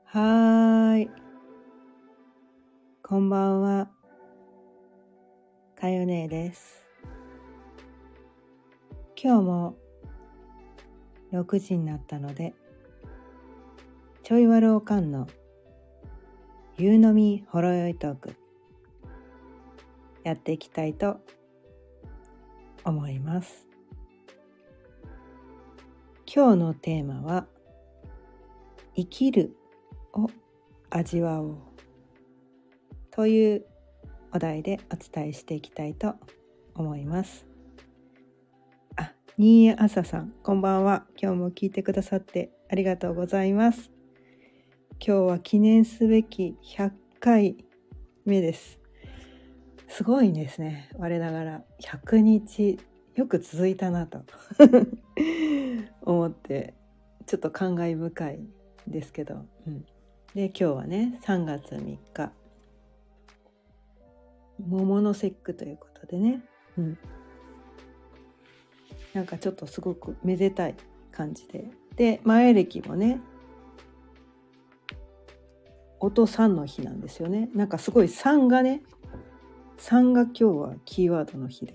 はーい、こんばんは、かよねです。今日も6時になったので、ちょいわるおかんの夕飲みほろよいトークやっていきたいと思います。今日のテーマは生きるを味わおうというお題でお伝えしていきたいと思います。新江あささん、こんばんは。今日も聞いてくださってありがとうございます。今日は記念すべき100回目です。すごいですね。我ながら100日よく続いたなと思ってちょっと感慨深いですけど、で今日はね3月3日桃の節句ということでね、なんかちょっとすごくめでたい感じで前歴もね音3の日なんですよね。なんかすごい3が今日はキーワードの日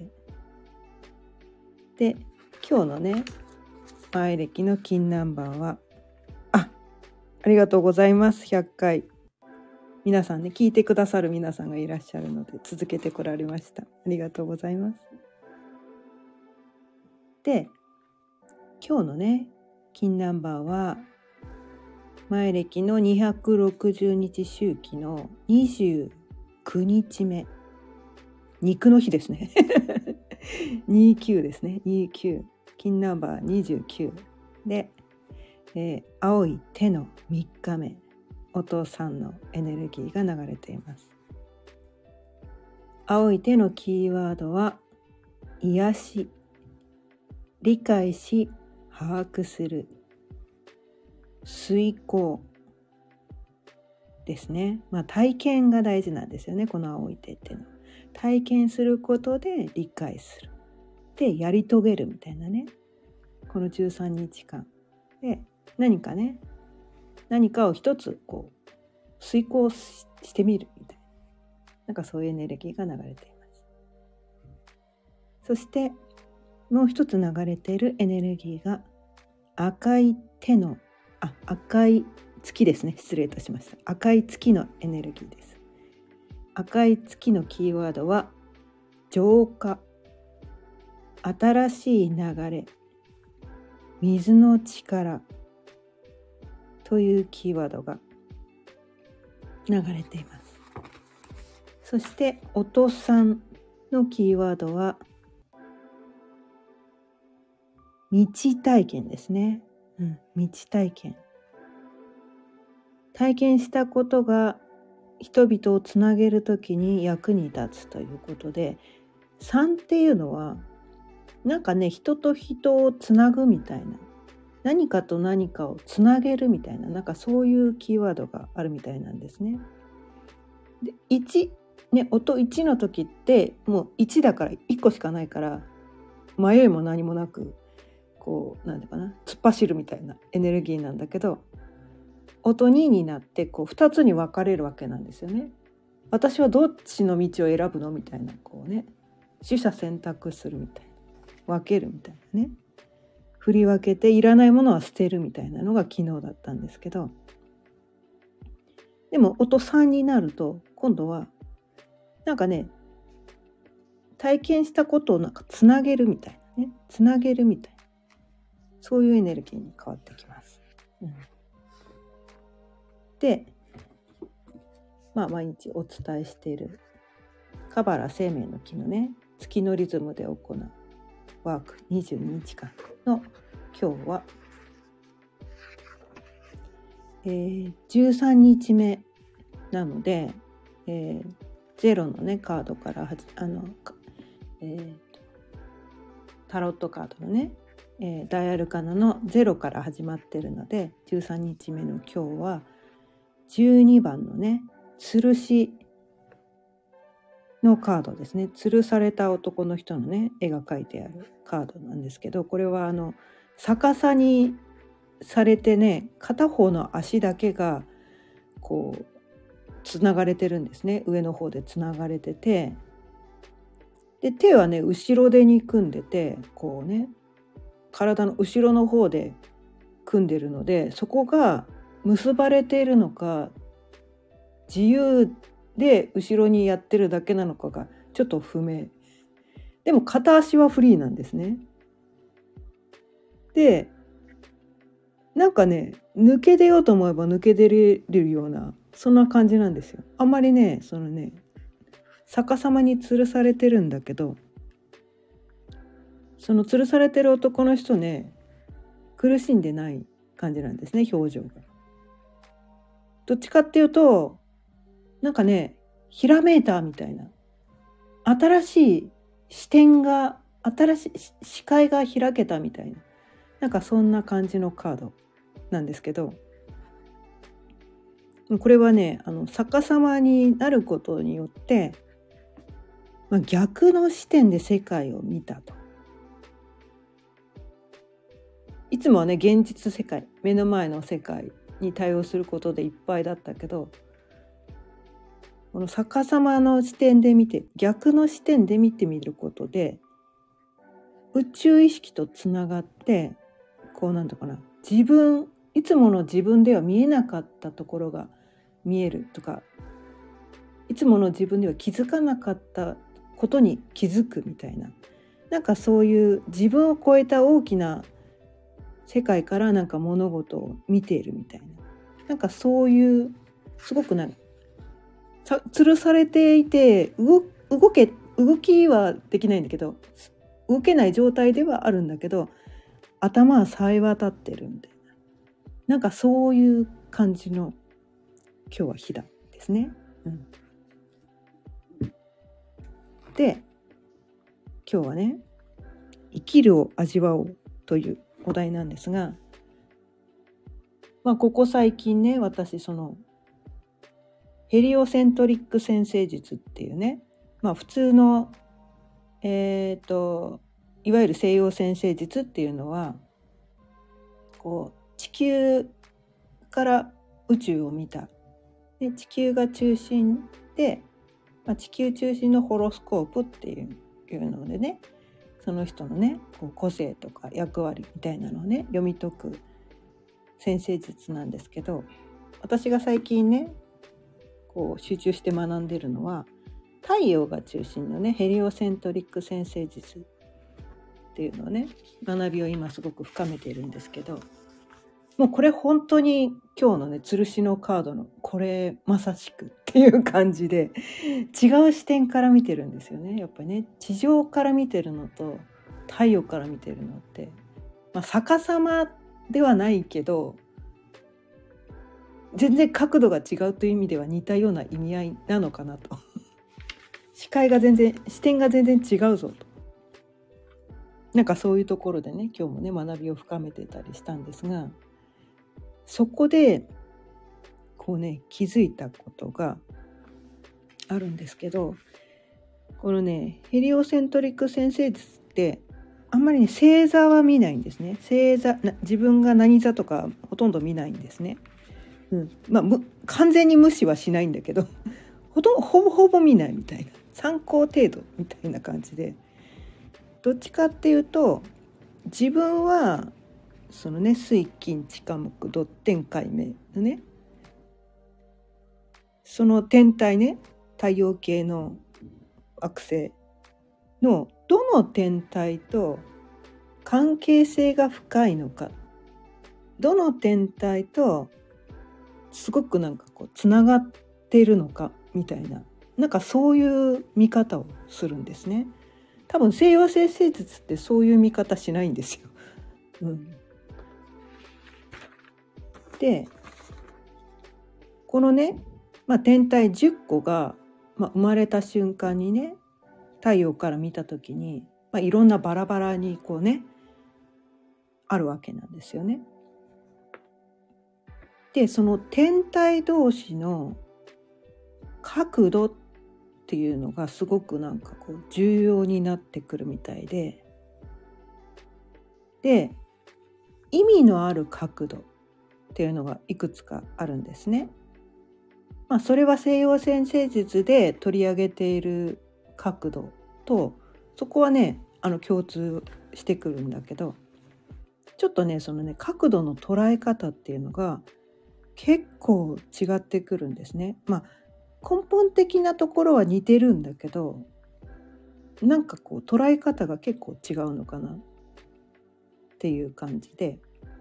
で今日のね前歴の金ナンバーはありがとうございます。100回皆さんね聞いてくださる皆さんがいらっしゃるので続けてこられました。ありがとうございます。で今日のね金ナンバーは前歴の260日周期の29日目肉の日ですね29ですね。29金ナンバー29で、青い手の3日目お父さんのエネルギーが流れています。青い手のキーワードは癒し、理解し把握する、遂行ですね。体験が大事なんですよね。この青い手っていうのは体験することで理解するでやり遂げるみたいなね、この13日間で何かを一つ遂行してみるみたいな、なんかそういうエネルギーが流れています。そしてもう一つ流れているエネルギーが赤い月ですね。失礼いたしました。赤い月のエネルギーです。赤い月のキーワードは浄化、新しい流れ、水の力というキーワードが流れています。そして音3のキーワードは道体験ですね。道体験。体験したことが人々をつなげるときに役に立つということで、3っていうのは人と人をつなぐみたいな、何かと何かをつなげるみたいな、そういうキーワードがあるみたいなんですね。で1、音1の時ってもう1だから1個しかないから迷いも何もなく突っ走るみたいなエネルギーなんだけど、音2になって2つに分かれるわけなんですよね。私はどっちの道を選ぶのみたいな取捨選択するみたいな、分けるみたいなね、振り分けていらないものは捨てるみたいなのが昨日だったんですけど、でも音3になると今度は体験したことをつなげるみたいなね、つなげるみたいな、そういうエネルギーに変わってきます。で、毎日お伝えしているカバラ生命の木のね、月のリズムで行うワーク22日間の今日は、13日目なので、ゼロのねカードからタロットカードのね、ダイアルカナの0から始まってるので、13日目の今日は12番のね吊るしのカードですね。吊るされた男の人のね絵が描いてあるカードなんですけど、これは逆さにされてね、片方の足だけがこうつながれてるんですね。上の方でつながれてて、で手はね後ろ手に組んでて、こうね体の後ろの方で組んでるので、そこが結ばれているのか自由で後ろにやってるだけなのかがちょっと不明。でも片足はフリーなんですね。でなんかね抜け出ようと思えば抜け出れるような、そんな感じなんですよ。あんまりね逆さまに吊るされてるんだけど、その吊るされてる男の人ね苦しんでない感じなんですね、表情が。どっちかっていうとなんかねひらめいたみたいな、新しい視点が、新しい視界が開けたみたいな、なんかそんな感じのカードなんですけど、これはね逆さまになることによって、逆の視点で世界を見たと。いつもはね現実世界、目の前の世界に対応することでいっぱいだったけど、この逆さまの視点で見て、逆の視点で見てみることで宇宙意識とつながって、こうなんとかな、いつもの自分では見えなかったところが見えるとか、いつもの自分では気づかなかったことに気づくみたいな、なんかそういう自分を超えた大きな世界からなんか物事を見ているみたいな、なんかそういうすごく吊るされていて動きはできないんだけど、動けない状態ではあるんだけど頭はさえ渡ってるみたいな、なんかそういう感じの今日は日だですね。で今日はね生きるを味わおうというお題なんですが、ここ最近ね私そのヘリオセントリック占星術っていうね、普通のいわゆる西洋占星術っていうのはこう地球から宇宙を見た、で地球が中心で、地球中心のホロスコープっていうのでね、その人のねこう個性とか役割みたいなのをね読み解く占星術なんですけど、私が最近ねこう集中して学んでるのは太陽が中心のねヘリオセントリック占星術っていうのをね学びを今すごく深めているんですけど、もうこれ本当に今日のね吊るしのカードのこれまさしくっていう感じで、違う視点から見てるんですよね。やっぱりね地上から見てるのと太陽から見てるのって、逆さまではないけど全然角度が違うという意味では似たような意味合いなのかなと視点が全然違うぞと、なんかそういうところでね今日もね学びを深めてたりしたんですが、そこでこうね気づいたことがあるんですけど、このねヘリオセントリック占星術ってあんまりね星座は見ないんですね。自分が何座とかほとんど見ないんですね。完全に無視はしないんだけどほぼ見ないみたいな、参考程度みたいな感じで、どっちかっていうと自分はそのね水金地火木土天海明のねその天体ね、太陽系の惑星のどの天体と関係性が深いのか、どの天体とすごくなんかこうつながっているのかみたいな、なんかそういう見方をするんですね。多分西洋占星術ってそういう見方しないんですよ。でこのね、天体10個が、生まれた瞬間にね太陽から見た時に、いろんなバラバラにこうねあるわけなんですよね。でその天体同士の角度っていうのがすごくなんかこう重要になってくるみたいで、意味のある角度っていうのがいくつかあるんですね。 それは西洋占星術で取り上げている角度とそこはね共通してくるんだけど、ちょっとねそのね角度の捉え方っていうのが結構違ってくるんですね。根本的なところは似てるんだけど、なんかこう捉え方が結構違うのかなっていう感じで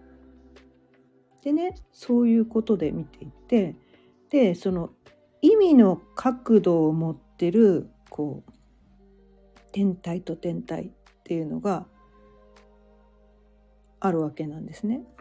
ね、そういうことで見ていて、でその意味の角度を持ってるこう天体と天体っていうのがあるわけなんですね。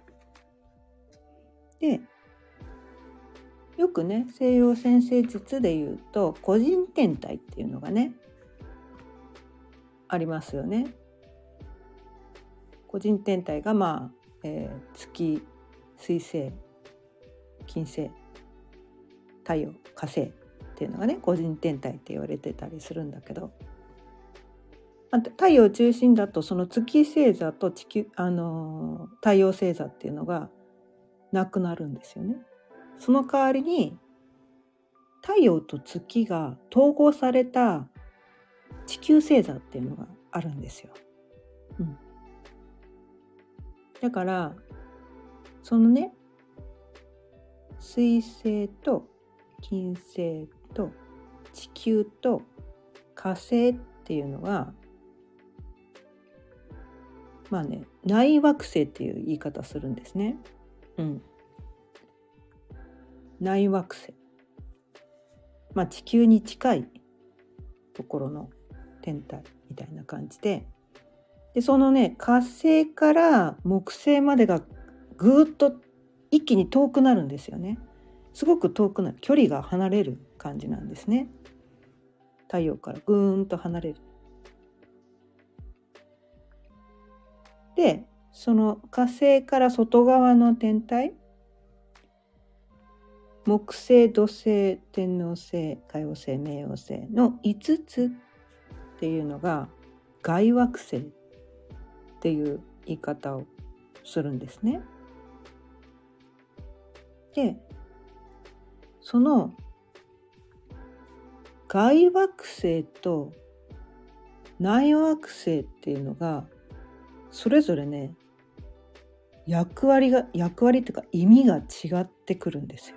でよくね西洋占星術でいうと個人天体っていうのがねありますよね。個人天体が月、水星、金星、太陽、火星っていうのがね個人天体って言われてたりするんだけど、太陽中心だとその月星座と太陽星座っていうのがなくなるんですよね。その代わりに太陽と月が統合された地球星座っていうのがあるんですよ。だからそのね水星と金星と地球と火星っていうのが内惑星っていう言い方するんですね。内惑星、地球に近いところの天体みたいな感じで、そのね火星から木星までがぐーっと一気に遠くなるんですよね。すごく遠くなる、距離が離れる感じなんですね。太陽からぐーんと離れる。でその火星から外側の天体、木星、土星、天王星、海王星、冥王星の5つっていうのが外惑星っていう言い方をするんですね。でその外惑星と内惑星っていうのがそれぞれね役割っていうか意味が違ってくるんですよ。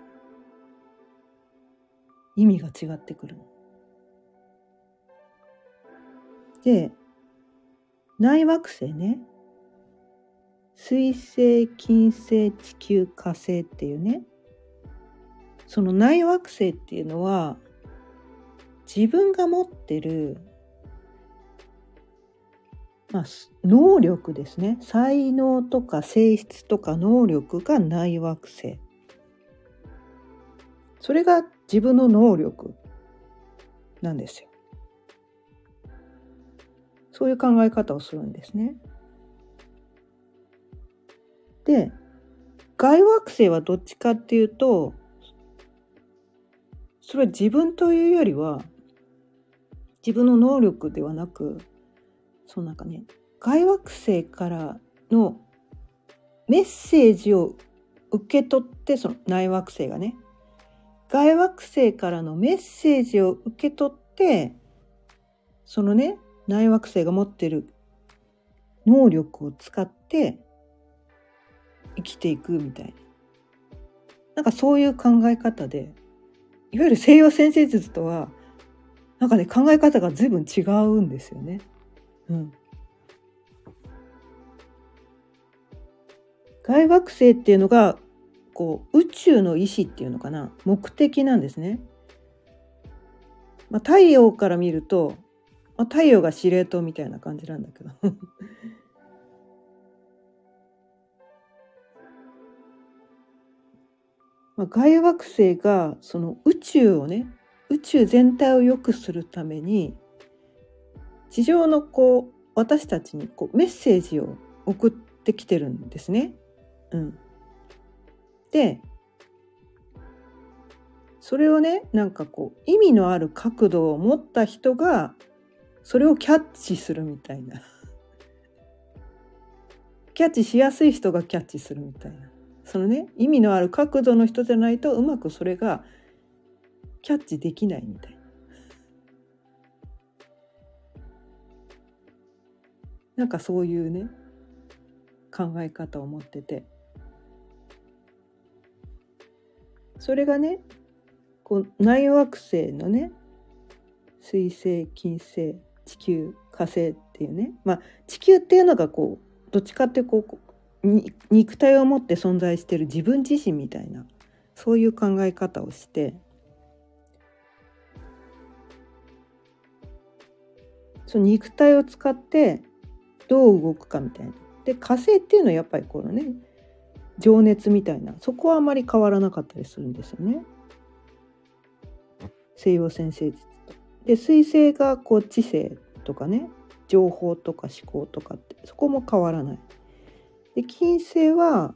意味が違ってくる。で内惑星ね、水星、金星、地球、火星っていうね、その内惑星っていうのは自分が持ってる能力ですね。才能とか性質とか能力が内惑星。それが自分の能力なんですよ。そういう考え方をするんですね。で、外惑星はどっちかっていうと、それは自分というよりは自分の能力ではなく、外惑星からのメッセージを受け取って、その内惑星がね、外惑星からのメッセージを受け取って、そのね、内惑星が持っている能力を使って生きていくみたいな。そういう考え方で、いわゆる西洋占星術とは考え方が随分違うんですよね。外惑星っていうのが宇宙の意志っていうのかな、目的なんですね。太陽から見ると、太陽が司令塔みたいな感じなんだけど外惑星がその宇宙全体を良くするために地上の私たちにメッセージを送ってきてるんですね。でそれをね意味のある角度を持った人がそれをキャッチするみたいなキャッチしやすい人がキャッチするみたいな、そのね意味のある角度の人じゃないとうまくそれがキャッチできないみたいな。なんかそういうね考え方を持ってて、それがねこう内惑星のね水星金星地球火星っていうね、地球っていうのがこうどっちかっていうと肉体を持って存在している自分自身みたいな、そういう考え方をして、その肉体を使ってどう動くかみたいな。で火星っていうのはやっぱりこのね情熱みたいな、そこはあまり変わらなかったりするんですよね、西洋占星術と。で水星がこう知性とかね情報とか思考とかって、そこも変わらない。で金星は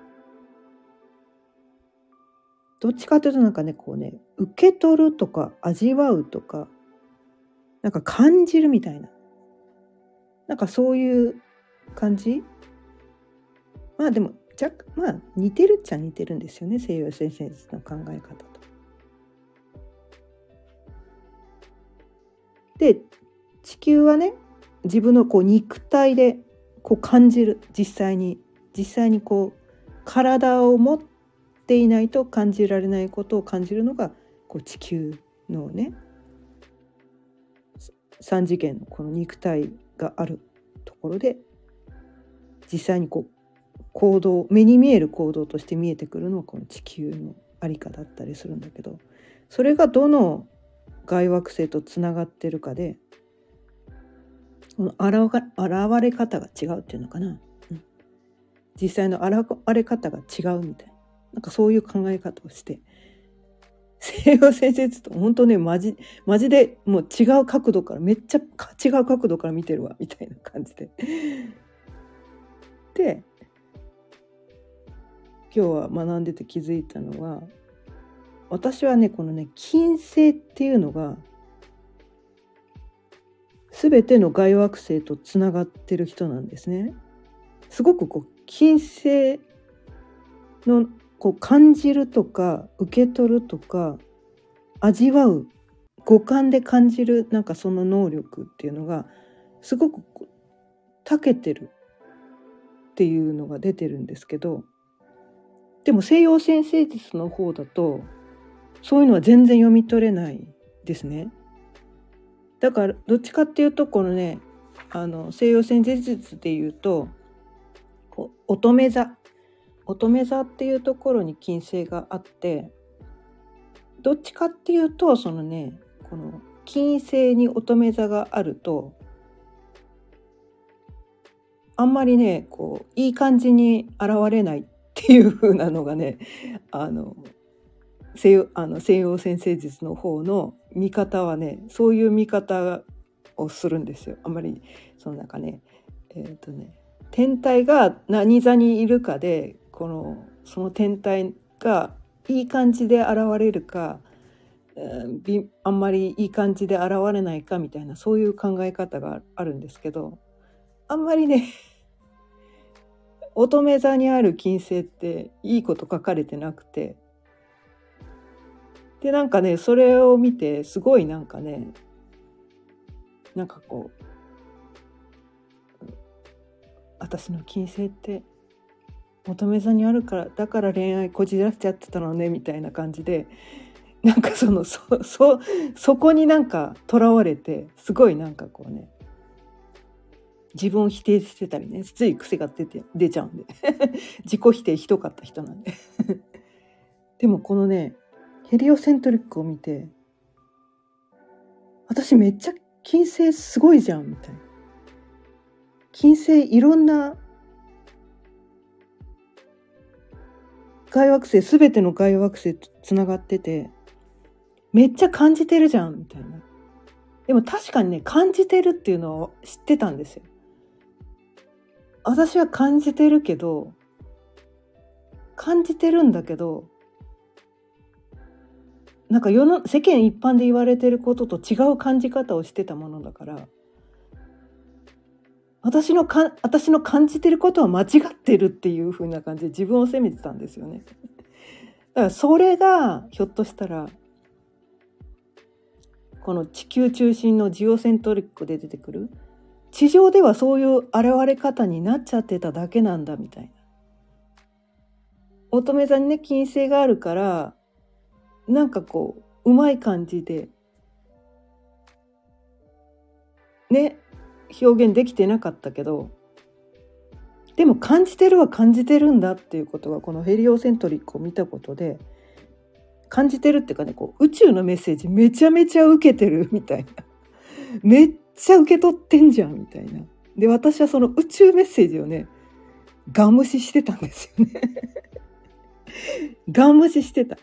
どっちかというとなんかねこうね受け取るとか味わうとかなんか感じるみたいな、なんかそういう感じ。でも似てるっちゃ似てるんですよね、西洋占星術の考え方と。で地球はね自分のこう肉体でこう感じる、実際にこう体を持っていないと感じられないことを感じるのがこう地球のね3次元のこの肉体があるところで実際にこう行動、目に見える行動として見えてくるのはこの地球の在りかだったりするんだけど、それがどの外惑星とつながってるかでこの現れ方が違うっていうのかな、実際の現れ方が違うみたいな、なんかそういう考え方をして、西洋先生と本当ねマジでもう違う角度からめっちゃ違う角度から見てるわみたいな感じでで今日は学んでて気づいたのは、私はねこのね金星っていうのが全ての外惑星とつながってる人なんですね。すごくこう金星のこう感じるとか受け取るとか味わう、五感で感じるなんかその能力っていうのがすごく長けてるっていうのが出てるんですけど、でも西洋占星術の方だとそういうのは全然読み取れないですね。だからどっちかっていうとこのね西洋占星術でいうとこう乙女座っていうところに金星があって、どっちかっていうとそのねこの金星に乙女座があるとあんまりねこういい感じに現れないっていう風なのがね西洋占星術の方の見方はねそういう見方をするんですよ。あんまりそのなんかね天体が何座にいるかでその天体がいい感じで現れるか、あんまりいい感じで現れないかみたいな、そういう考え方があるんですけど、あんまりね乙女座にある金星っていいこと書かれてなくて、でなんかねそれを見てすごいなんかねなんかこう私の金星って乙女座にあるからだから恋愛こじらせちゃってたのねみたいな感じで、なんかそこになんかとらわれてすごいなんかこうね自分を否定してたりね、つい癖が出ちゃうんで自己否定ひどかった人なんででもこのねヘリオセントリックを見て、私めっちゃ金星すごいじゃんみたいな、金星いろんな外惑星全ての外惑星とつながっててめっちゃ感じてるじゃんみたいな。でも確かにね感じてるっていうのを知ってたんですよ。私は感じてるんだけどなんか世間一般で言われてることと違う感じ方をしてたものだから、私の感じてることは間違ってるっていう風な感じで自分を責めてたんですよね。だからそれがひょっとしたらこの地球中心のジオセントリックで出てくる、地上ではそういう現れ方になっちゃってただけなんだみたいな。乙女座にね金星があるから、なんかこううまい感じでね表現できてなかったけど、でも感じてるは感じてるんだっていうことがこのヘリオセントリックを見たことで感じてるっていうかね、こう宇宙のメッセージめちゃめちゃ受けてるみたいな、めっちゃ受け取ってんじゃんみたいな。で私はその宇宙メッセージをねガン無視してたんですよねガン無視してた。だ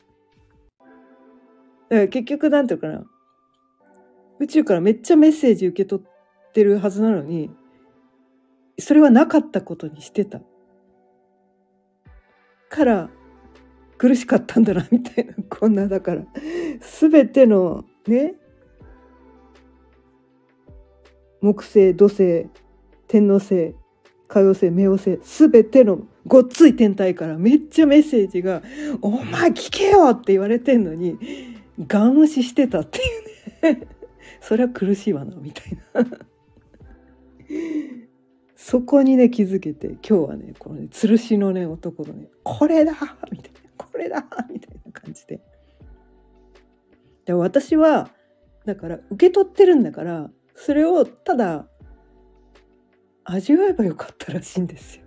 から結局なんていうかな、宇宙からめっちゃメッセージ受け取ってるはずなのに、それはなかったことにしてたから苦しかったんだなみたいな。こんなだから全てのね木星土星天王星海王星冥王星全てのごっつい天体からめっちゃメッセージが「お前聞けよ!」って言われてんのにガン無視してたっていうねそれは苦しいわなみたいなそこにね気づけて、今日はねこのね吊るしのね男のねこれだみたいな、これだみたいな感じで、で私はだから受け取ってるんだから、それをただ味わえばよかったらしいんですよ。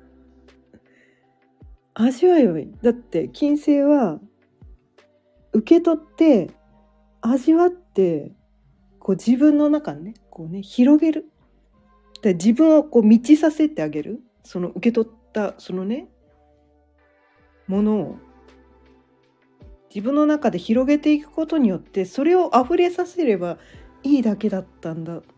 味わえばいい。だって金星は受け取って味わってこう自分の中にねこうね広げる。で自分をこう満ちさせてあげる。その受け取ったそのねものを自分の中で広げていくことによって、それを溢れさせればいいだけだったんだ。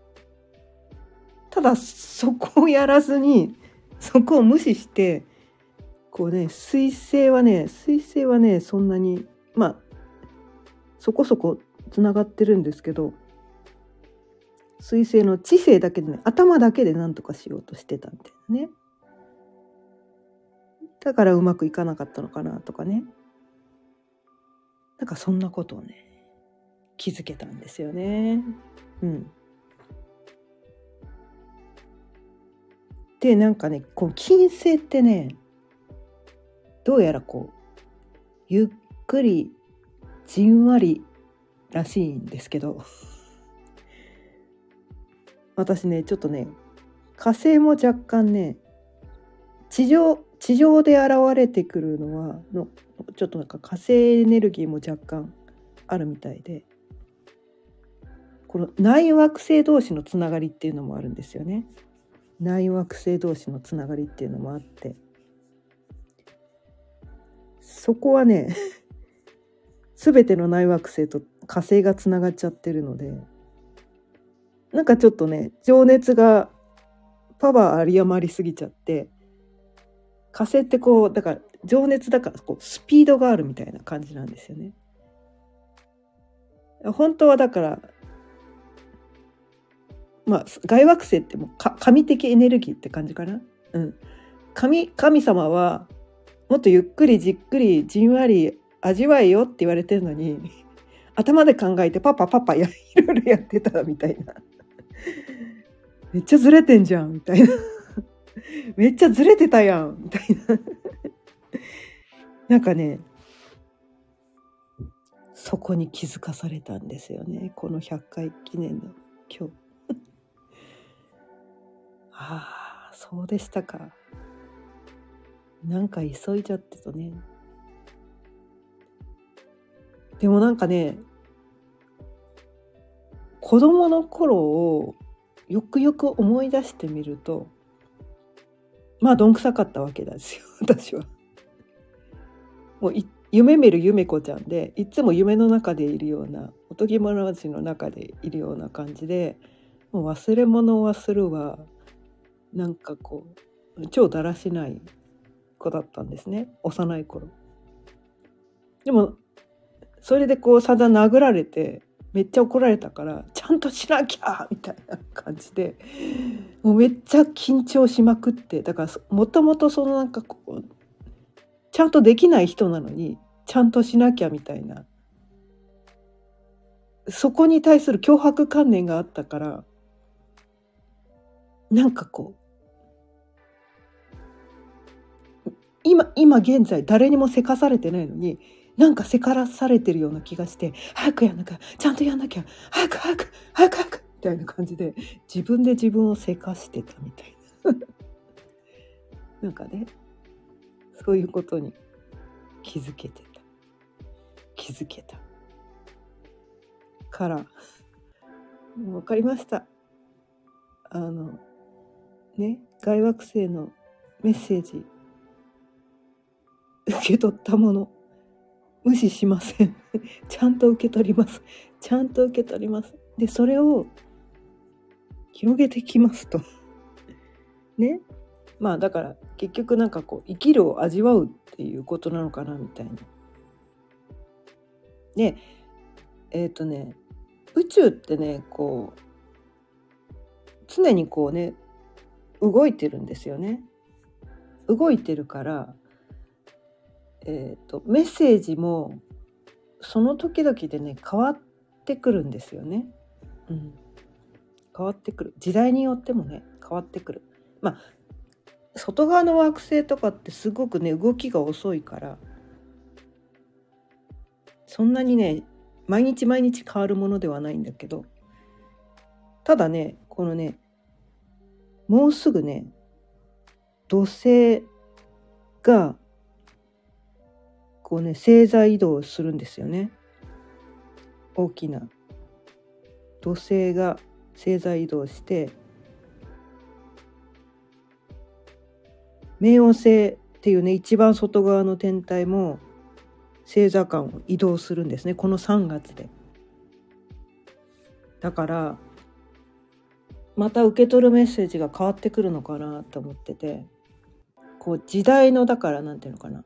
ただそこをやらずにそこを無視してこうね水星はねそんなにまあそこそこつながってるんですけど、水星の知性だけでね頭だけで何とかしようとしてたみたいなね。だからうまくいかなかったのかなとかね、なんかそんなことをね気づけたんですよね。でなんかねこう金星ってねどうやらこうゆっくりじんわりらしいんですけど私ねちょっとね火星も若干ね地上で現れてくるのはちょっとなんか火星エネルギーも若干あるみたいで、この内惑星同士のつながりっていうのもあるんですよね。内惑星同士のつながりっていうのもあって、そこはね全ての内惑星と火星がつながっちゃってるので、なんかちょっとね情熱がパワー有り余りすぎちゃって、火星ってこうだから情熱だからこうスピードがあるみたいな感じなんですよね。本当はだからまあ外惑星ってもう神的エネルギーって感じかな。神様はもっとゆっくりじっくりじんわり味わえよって言われてるのに頭で考えてパパいろいろやってたみたいなめっちゃずれてんじゃんみたいなめっちゃずれてたやんみたいななんかねそこに気づかされたんですよね、この100回記念の今日ああそうでしたか。なんか急いじゃってとね。でもなんかね子供の頃をよくよく思い出してみると、まあどんくさかったわけですよ私は。もう夢見る夢子ちゃんで、いつも夢の中でいるようなおとぎ話の中でいるような感じで、もう忘れ物はするわ、なんかこう超だらしない子だったんですね、幼い頃。でもそれでこう散々殴られてめっちゃ怒られたからちゃんとしなきゃみたいな感じでもうめっちゃ緊張しまくって、だからもともとそのなんかこうちゃんとできない人なのにちゃんとしなきゃみたいな、 そこに対する脅迫観念があったから、なんかこう今現在誰にもせかされてないのに、なんかせからされてるような気がして、早くやんなきゃ、ちゃんとやんなきゃ、早くみたいな感じで自分で自分をせかしてたみたいななんかね、そういうことに気づけたから、分かりました。外惑星のメッセージ受け取ったもの無視しませんちゃんと受け取ります。でそれを広げてきますとね。まあだから結局なんかこう生きるを味わうっていうことなのかなみたいな。で宇宙ってね、こう常にこうね動いてるんですよね。動いてるから、メッセージもその時々でね変わってくるんですよね。変わってくる。時代によってもね変わってくる。まあ外側の惑星とかってすごくね動きが遅いから、そんなにね毎日変わるものではないんだけど、ただねこのねもうすぐね土星がこうね星座移動するんですよね。大きな土星が星座移動して、冥王星っていうね一番外側の天体も星座間を移動するんですね、この3月で。だからまた受け取るメッセージが変わってくるのかなと思ってて、こう時代のだからなんていうのかな、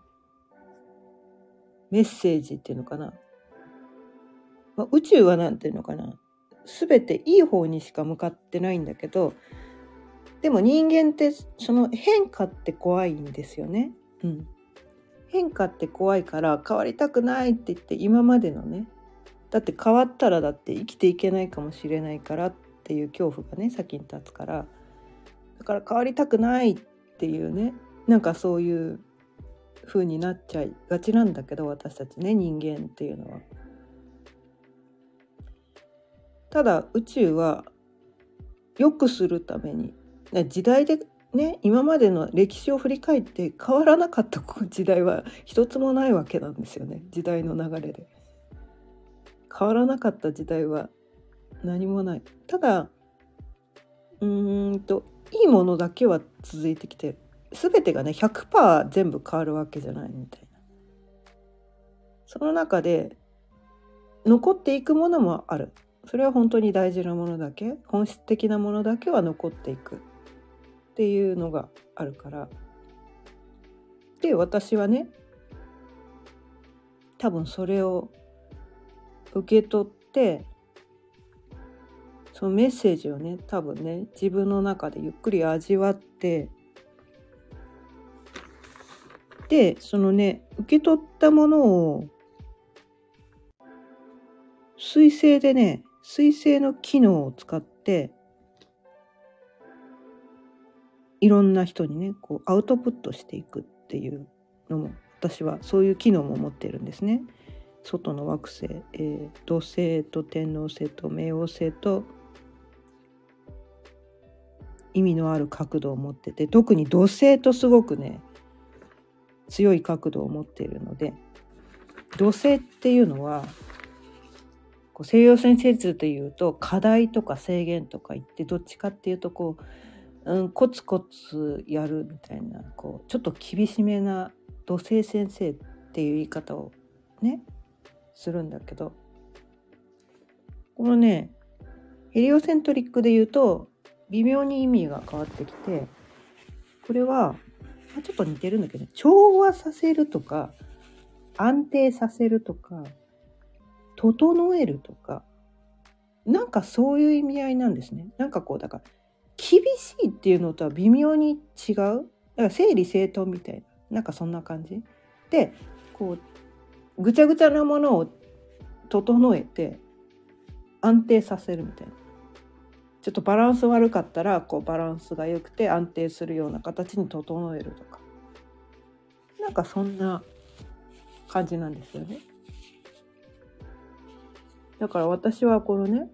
メッセージっていうのかな、宇宙はなんていうのかな、全ていい方にしか向かってないんだけど、でも人間ってその変化って怖いんですよね。変化って怖いから変わりたくないって言って、今までのね、だって変わったらだって生きていけないかもしれないからっていう恐怖がね先に立つから、だから変わりたくないっていうね、なんかそういう風になっちゃいがちなんだけど、私たちね人間っていうのは。ただ宇宙は良くするために、時代でね、今までの歴史を振り返って変わらなかった時代は一つもないわけなんですよね。時代の流れで変わらなかった時代は何もない。ただいいものだけは続いてきてる。全てがね 100% 全部変わるわけじゃないみたいな。その中で残っていくものもある。それは本当に大事なものだけ、本質的なものだけは残っていくっていうのがあるから。で私はね多分それを受け取って、そのメッセージをね多分ね自分の中でゆっくり味わって、でそのね受け取ったものを水星でね、水星の機能を使っていろんな人にねこうアウトプットしていくっていうのも、私はそういう機能も持ってるんですね。外の惑星、土星と天王星と冥王星と意味のある角度を持ってて、特に土星とすごくね強い角度を持っているので、土星っていうのはこう西洋先生図でいうと課題とか制限とか言って、どっちかっていうとこう、コツコツやるみたいな、こうちょっと厳しめな土星先生っていう言い方をねするんだけど、このねヘリオセントリックで言うと微妙に意味が変わってきて、これはちょっと似てるんだけど、調和させるとか安定させるとか整えるとか、なんかそういう意味合いなんですね。なんかこうだから厳しいっていうのとは微妙に違う。だから整理整頓みたいな、なんかそんな感じで、こうぐちゃぐちゃなものを整えて安定させるみたいな。ちょっとバランス悪かったらこうバランスが良くて安定するような形に整えるとか、なんかそんな感じなんですよね。だから私はこのね、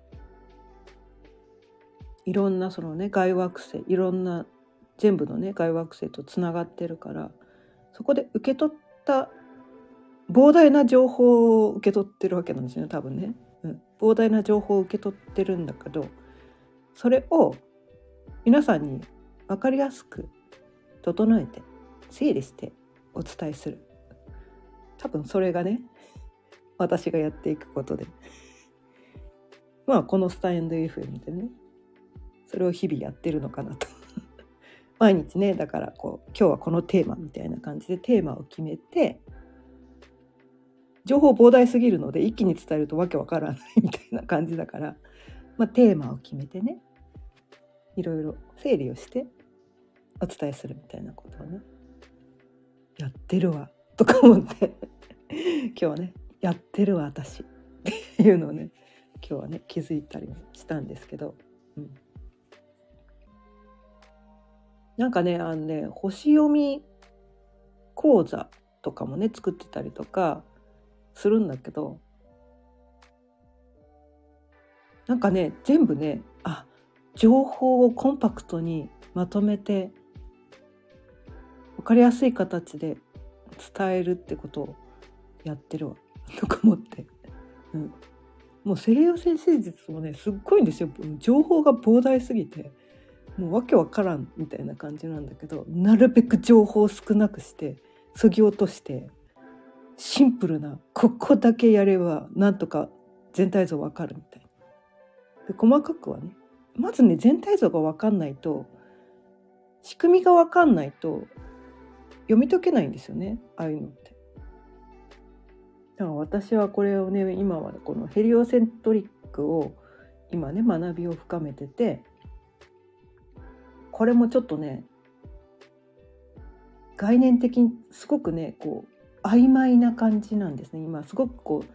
いろんなそのね外惑星、いろんな全部のね外惑星とつながってるから、そこで受け取った膨大な情報を受け取ってるわけなんですよね、多分ね、膨大な情報を受け取ってるんだけど、それを皆さんに分かりやすく整えて整理してお伝えする。多分それがね、私がやっていくことで、まあこのスタンド FM でね、それを日々やってるのかなと毎日ね、だからこう今日はこのテーマみたいな感じでテーマを決めて、情報膨大すぎるので一気に伝えるとわけわからないみたいな感じだから、まあ、テーマを決めてね、いろいろ整理をしてお伝えするみたいなことをねやってるわとか思って今日はねやってるわ私っていうのをね今日はね気づいたりしたんですけど、なんかね星読み講座とかもね作ってたりとかするんだけど、なんかね全部ね情報をコンパクトにまとめて分かりやすい形で伝えるってことをやってるわとか思って、もう西洋先生術もねすっごいんですよ。情報が膨大すぎてもうわけわからんみたいな感じなんだけど、なるべく情報を少なくして削ぎ落としてシンプルなここだけやればなんとか全体像わかるみたいな。で細かくはね、まずね全体像がわかんないと、仕組みがわかんないと読み解けないんですよね、ああいうのって。だから私はこれをね今はこのヘリオセントリックを今ね学びを深めてて、これもちょっとね概念的にすごくねこう曖昧な感じなんですね。今すごくこう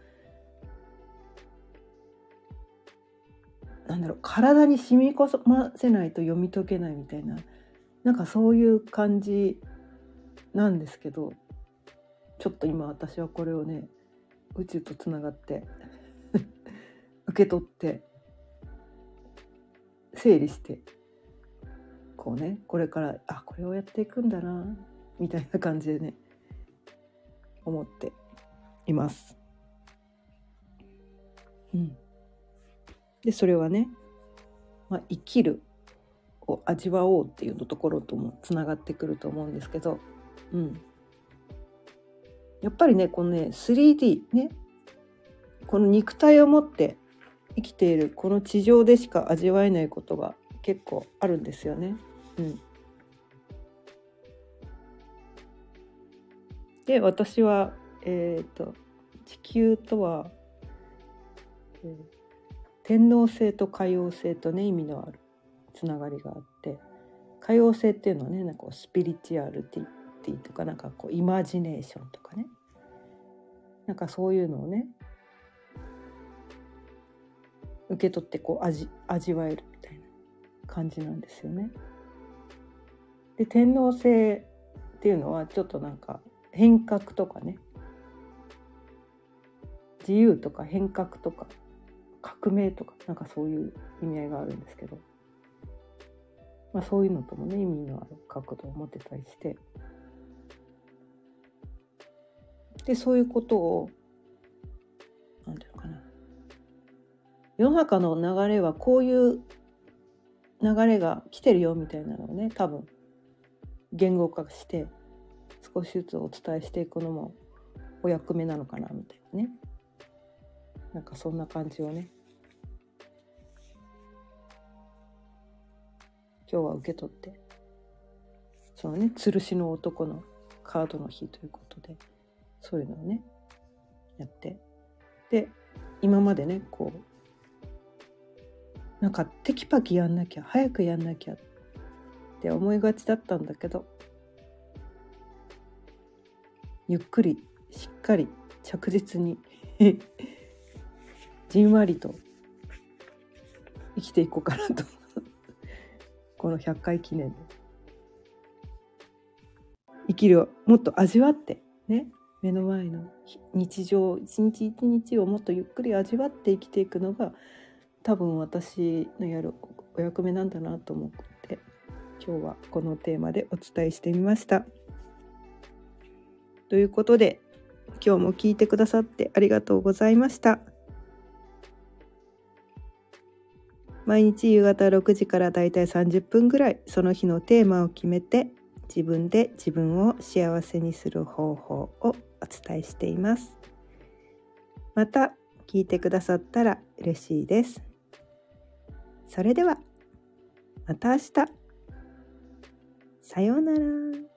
体に染み込ませないと読み解けないみたいな、なんかそういう感じなんですけど、ちょっと今私はこれをね宇宙とつながって受け取って整理してこうねこれからこれをやっていくんだなみたいな感じでね思っています。でそれはね、生きるを味わおうっていうところともつながってくると思うんですけど、やっぱりねこのね 3D ね、この肉体を持って生きているこの地上でしか味わえないことが結構あるんですよね。で私は地球とは、天王星と海王星とね意味のあるつながりがあって、海王星っていうのはねなんかスピリチュアルティとかなんかこうイマジネーションとかね、なんかそういうのをね受け取ってこう味わえるみたいな感じなんですよね。で天王星っていうのはちょっとなんか変革とかね、自由とか変革とか革命とかなんかそういう意味合いがあるんですけど、そういうのともね意味のある角度を持ってたりして、でそういうことをなんていうのかな、世の中の流れはこういう流れが来てるよみたいなのをね多分言語化して少しずつお伝えしていくのもお役目なのかなみたいなね、なんかそんな感じをね今日は受け取って、そのね吊るしの男のカードの日ということでそういうのをねやって、で今までねこうなんかテキパキやんなきゃ早くやんなきゃって思いがちだったんだけど、ゆっくりしっかり着実にじんわりと生きていこうかなとこの100回記念で生きるをもっと味わってね、目の前の日常一日一日をもっとゆっくり味わって生きていくのが多分私のやるお役目なんだなと思って今日はこのテーマでお伝えしてみました。ということで今日も聞いてくださってありがとうございました。毎日夕方6時からだいたい30分ぐらいその日のテーマを決めて自分で自分を幸せにする方法をお伝えしています。また聞いてくださったら嬉しいです。それではまた明日。さようなら。